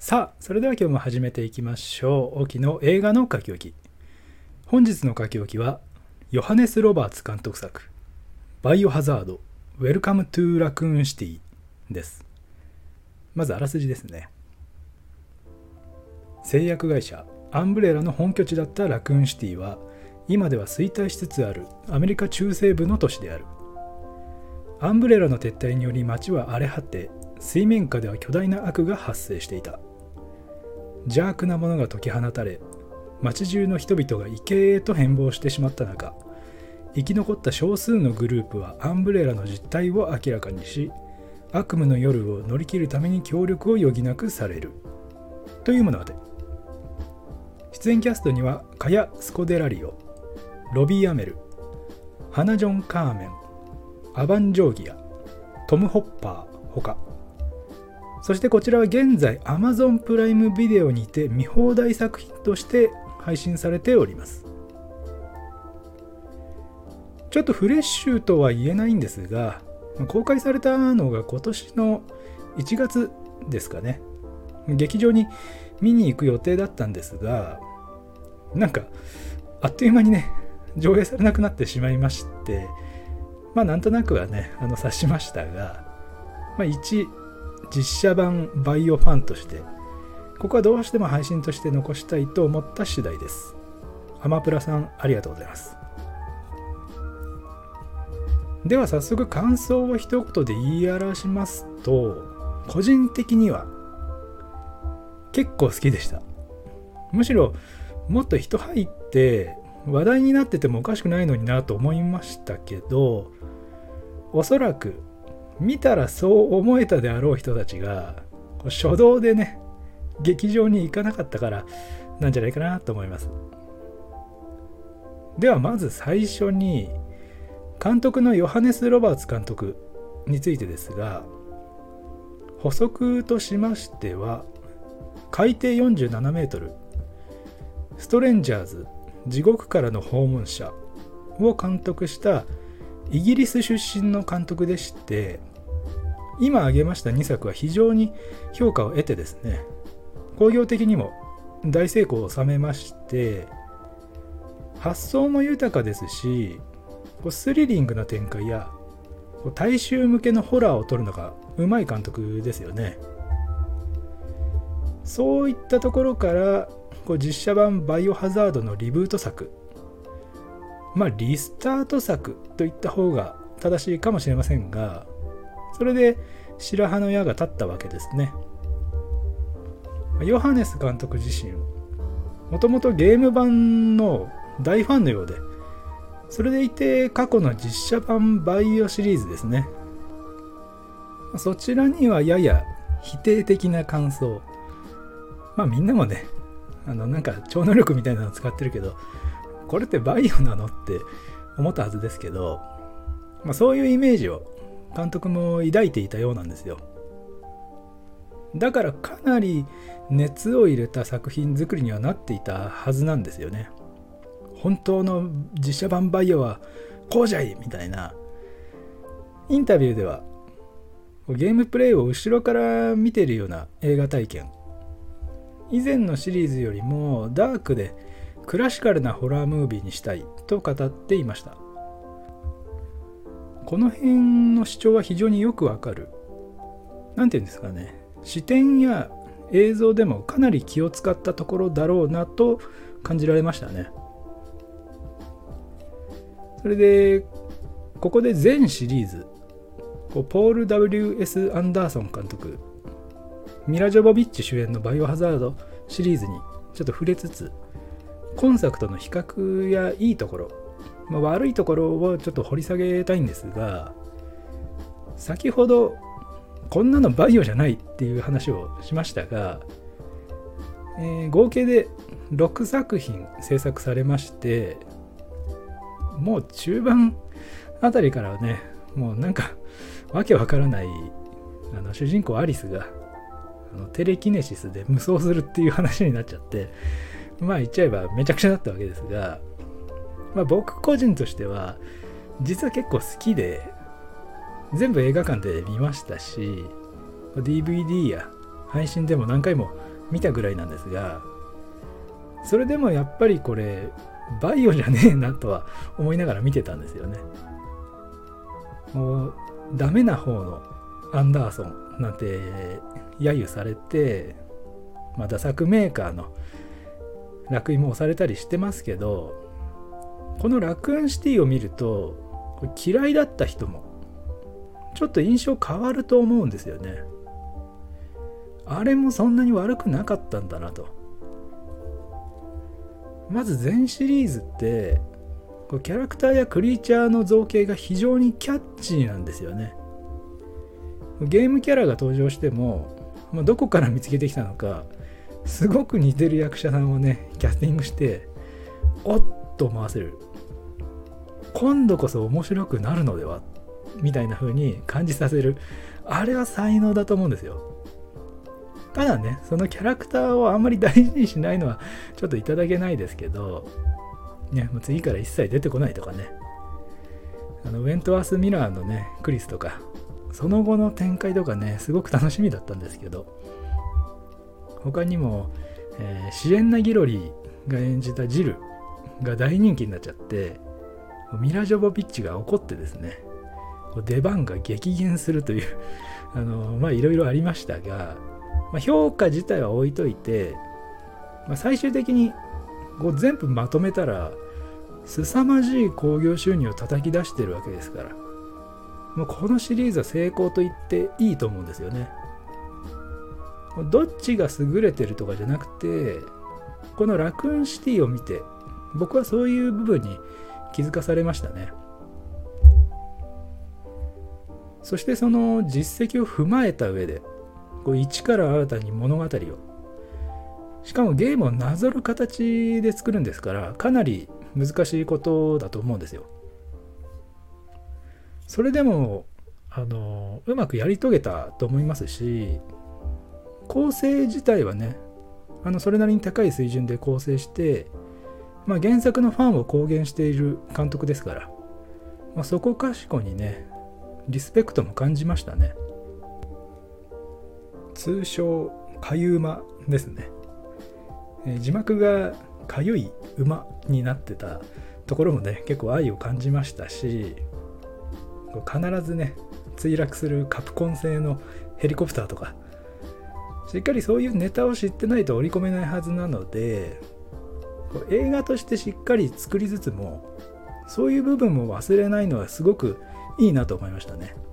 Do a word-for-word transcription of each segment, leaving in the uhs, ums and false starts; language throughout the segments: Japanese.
さあ、それでは今日も始めていきましょう。沖の映画の書き置き。本日の書き置きは、ヨハネス・ロバーツ監督作、バイオハザード、ウェルカム・トゥ・ラクーン・シティです。まずあらすじですね。製薬会社、アンブレラの本拠地だったラクーンシティは、今では衰退しつつあるアメリカ中西部の都市である。アンブレラの撤退により街は荒れ果て、水面下では巨大な悪が発生していた。邪悪なものが解き放たれ、街中の人々が畏敬へと変貌してしまった中、生き残った少数のグループはアンブレラの実態を明らかにし、悪夢の夜を乗り切るために協力を余儀なくされるという物語。出演キャストにはカヤ・スコデラリオ、ロビー・アメル、ハナ・ジョン・カーメン、アバン・ジョーギア、トム・ホッパーほか。そしてこちらは現在 Amazon プライムビデオにて見放題作品として配信されております。ちょっとフレッシュとは言えないんですが、公開されたのが今年のいちがつですかね。劇場に見に行く予定だったんですが、なんかあっという間にね上映されなくなってしまいまして、まあなんとなくはねあの察しましたが、まあ一実写版バイオファンとしてここはどうしても配信として残したいと思った次第です。アマプラさんありがとうございます。では早速感想を一言で言い表しますと、個人的には結構好きでした。むしろもっと人入って話題になっててもおかしくないのになと思いましたけど、おそらく見たらそう思えたであろう人たちが初動でね劇場に行かなかったからなんじゃないかなと思います。ではまず最初に監督のヨハネス・ロバーツ監督についてですが、補足としましては海底よんじゅうななメートル、ストレンジャーズ地獄からの訪問者を監督したイギリス出身の監督でして、今挙げましたにさくは非常に評価を得てですね、興行的にも大成功を収めまして、発想も豊かですし、スリリングな展開や大衆向けのホラーを撮るのがうまい監督ですよね。そういったところから実写版バイオハザードのリブート作、まあリスタート作といった方が正しいかもしれませんが、それで白羽の矢が立ったわけですね。ヨハネス監督自身もともとゲーム版の大ファンのようで、それでいて過去の実写版バイオシリーズですね、そちらにはやや否定的な感想。まあみんなもねあのなんか超能力みたいなの使ってるけど、これってバイオなのって思ったはずですけど、まあ、そういうイメージを監督も抱いていたようなんですよ。だからかなり熱を入れた作品作りにはなっていたはずなんですよね。本当の実写版バイオはこうじゃいみたいな。インタビューではゲームプレイを後ろから見てるような映画体験、以前のシリーズよりもダークでクラシカルなホラームービーにしたいと語っていました。この辺の主張は非常によくわかる。なんていうんですかね、視点や映像でもかなり気を使ったところだろうなと感じられましたね。それでここで全シリーズ、ポール ダブリューエス アンダーソン監督、ミラ・ジョボビッチ主演のバイオハザードシリーズにちょっと触れつつ、今作との比較やいいところ、まあ、悪いところをちょっと掘り下げたいんですが、先ほどこんなのバイオじゃないっていう話をしましたが、えー、合計でろくさく品制作されまして、もう中盤あたりからはねもうなんかわけわからないあの主人公アリスがあのテレキネシスで無双するっていう話になっちゃって、まあ言っちゃえばめちゃくちゃだったわけですが、まあ、僕個人としては実は結構好きで全部映画館で見ましたし、 ディーブイディー や配信でも何回も見たぐらいなんですが、それでもやっぱりこれバイオじゃねえなとは思いながら見てたんですよね。もうダメな方のアンダーソンなんて揶揄されて、まあ、ダ作メーカーの烙印も押されたりしてますけど、このラクーンシティを見るとこれ嫌いだった人もちょっと印象変わると思うんですよね。あれもそんなに悪くなかったんだなと。まず全シリーズってキャラクターやクリーチャーの造形が非常にキャッチーなんですよね。ゲームキャラが登場しても、まあ、どこから見つけてきたのかすごく似てる役者さんをねキャスティングしておっと思わせる、今度こそ面白くなるのではみたいな風に感じさせる、あれは才能だと思うんですよ。ただね、そのキャラクターをあんまり大事にしないのはちょっといただけないですけど、ね、もう次から一切出てこないとかね、あのウェントワース・ミラーのねクリスとかその後の展開とかねすごく楽しみだったんですけど、他にも、えー、シエンナ・ギロリーが演じたジルが大人気になっちゃって、ミラ・ジョボビッチが怒ってですね、出番が激減するというあのまあいろいろありましたが、まあ、評価自体は置いといて、まあ、最終的にこう全部まとめたら凄まじい興行収入を叩き出してるわけですから、もうこのシリーズは成功と言っていいと思うんですよね。どっちが優れてるとかじゃなくて、このラクーンシティを見て僕はそういう部分に気づかされましたね。そしてその実績を踏まえた上でこう一から新たに物語を、しかもゲームをなぞる形で作るんですから、かなり難しいことだと思うんですよ。それでもあのうまくやり遂げたと思いますし、構成自体はねあのそれなりに高い水準で構成して、まあ、原作のファンを公言している監督ですから、まあ、そこかしこにねリスペクトも感じましたね。通称かゆ馬ですね。えー、字幕がかゆい馬になってたところもね結構愛を感じましたし、必ずね墜落するカプコン製のヘリコプターとか、しっかりそういうネタを知ってないと織り込めないはずなので、映画としてしっかり作りつつもそういう部分も忘れないのはすごくいいなと思いましたね。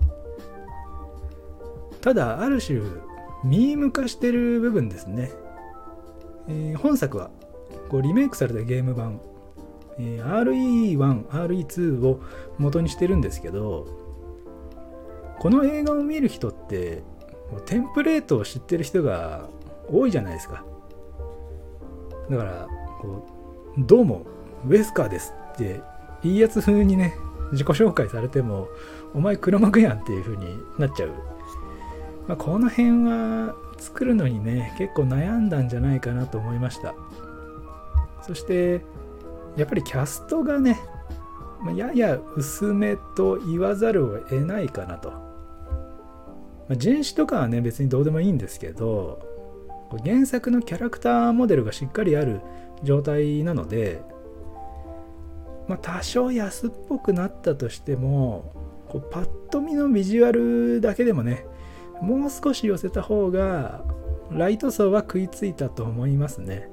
ただある種ミーム化してる部分ですね。えー、本作はこうリメイクされたゲーム版、えー、アールイーワン、アールイーツー を元にしてるんですけど、この映画を見る人ってテンプレートを知ってる人が多いじゃないですか。だからこうどうもウェスカーですっていいやつ風にね自己紹介されてもお前黒幕やんっていう風になっちゃう。まあ、この辺は作るのにね結構悩んだんじゃないかなと思いました。そしてやっぱりキャストがねやや薄めと言わざるを得ないかなと。まあ、人種とかはね別にどうでもいいんですけど、原作のキャラクターモデルがしっかりある状態なので、まあ、多少安っぽくなったとしてもこうパッと見のビジュアルだけでもねもう少し寄せた方がライト層は食いついたと思いますね。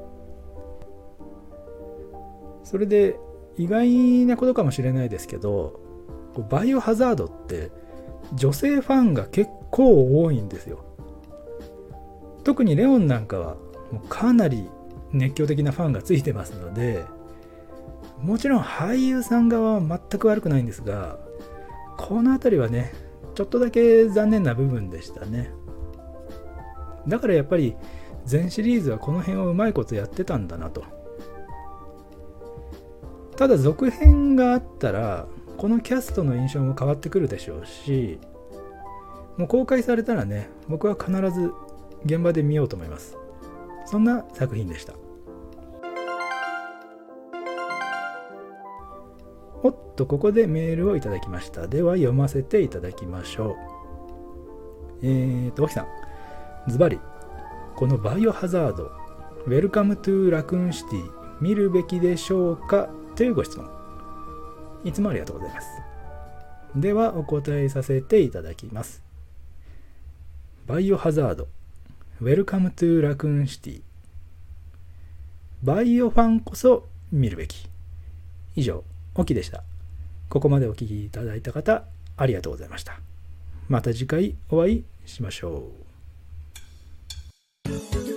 それで意外なことかもしれないですけど、バイオハザードって女性ファンが結構多いんですよ。特にレオンなんかはもうかなり熱狂的なファンがついてますので、もちろん俳優さん側は全く悪くないんですが、このあたりはねちょっとだけ残念な部分でしたね。だからやっぱり全シリーズはこの辺をうまいことやってたんだなと。ただ続編があったらこのキャストの印象も変わってくるでしょうし、もう公開されたらね僕は必ず現場で見ようと思います。そんな作品でした。おっとここでメールをいただきました。では読ませていただきましょう。えーと脇さん、ズバリこのバイオハザード、ウェルカムトゥラクーンシティ見るべきでしょうかというご質問。いつもありがとうございます。ではお答えさせていただきます。バイオハザード、ウェルカムトゥラクーンシティ。バイオファンこそ見るべき。以上、オキでした。ここまでお聞きいただいた方、ありがとうございました。また次回お会いしましょう。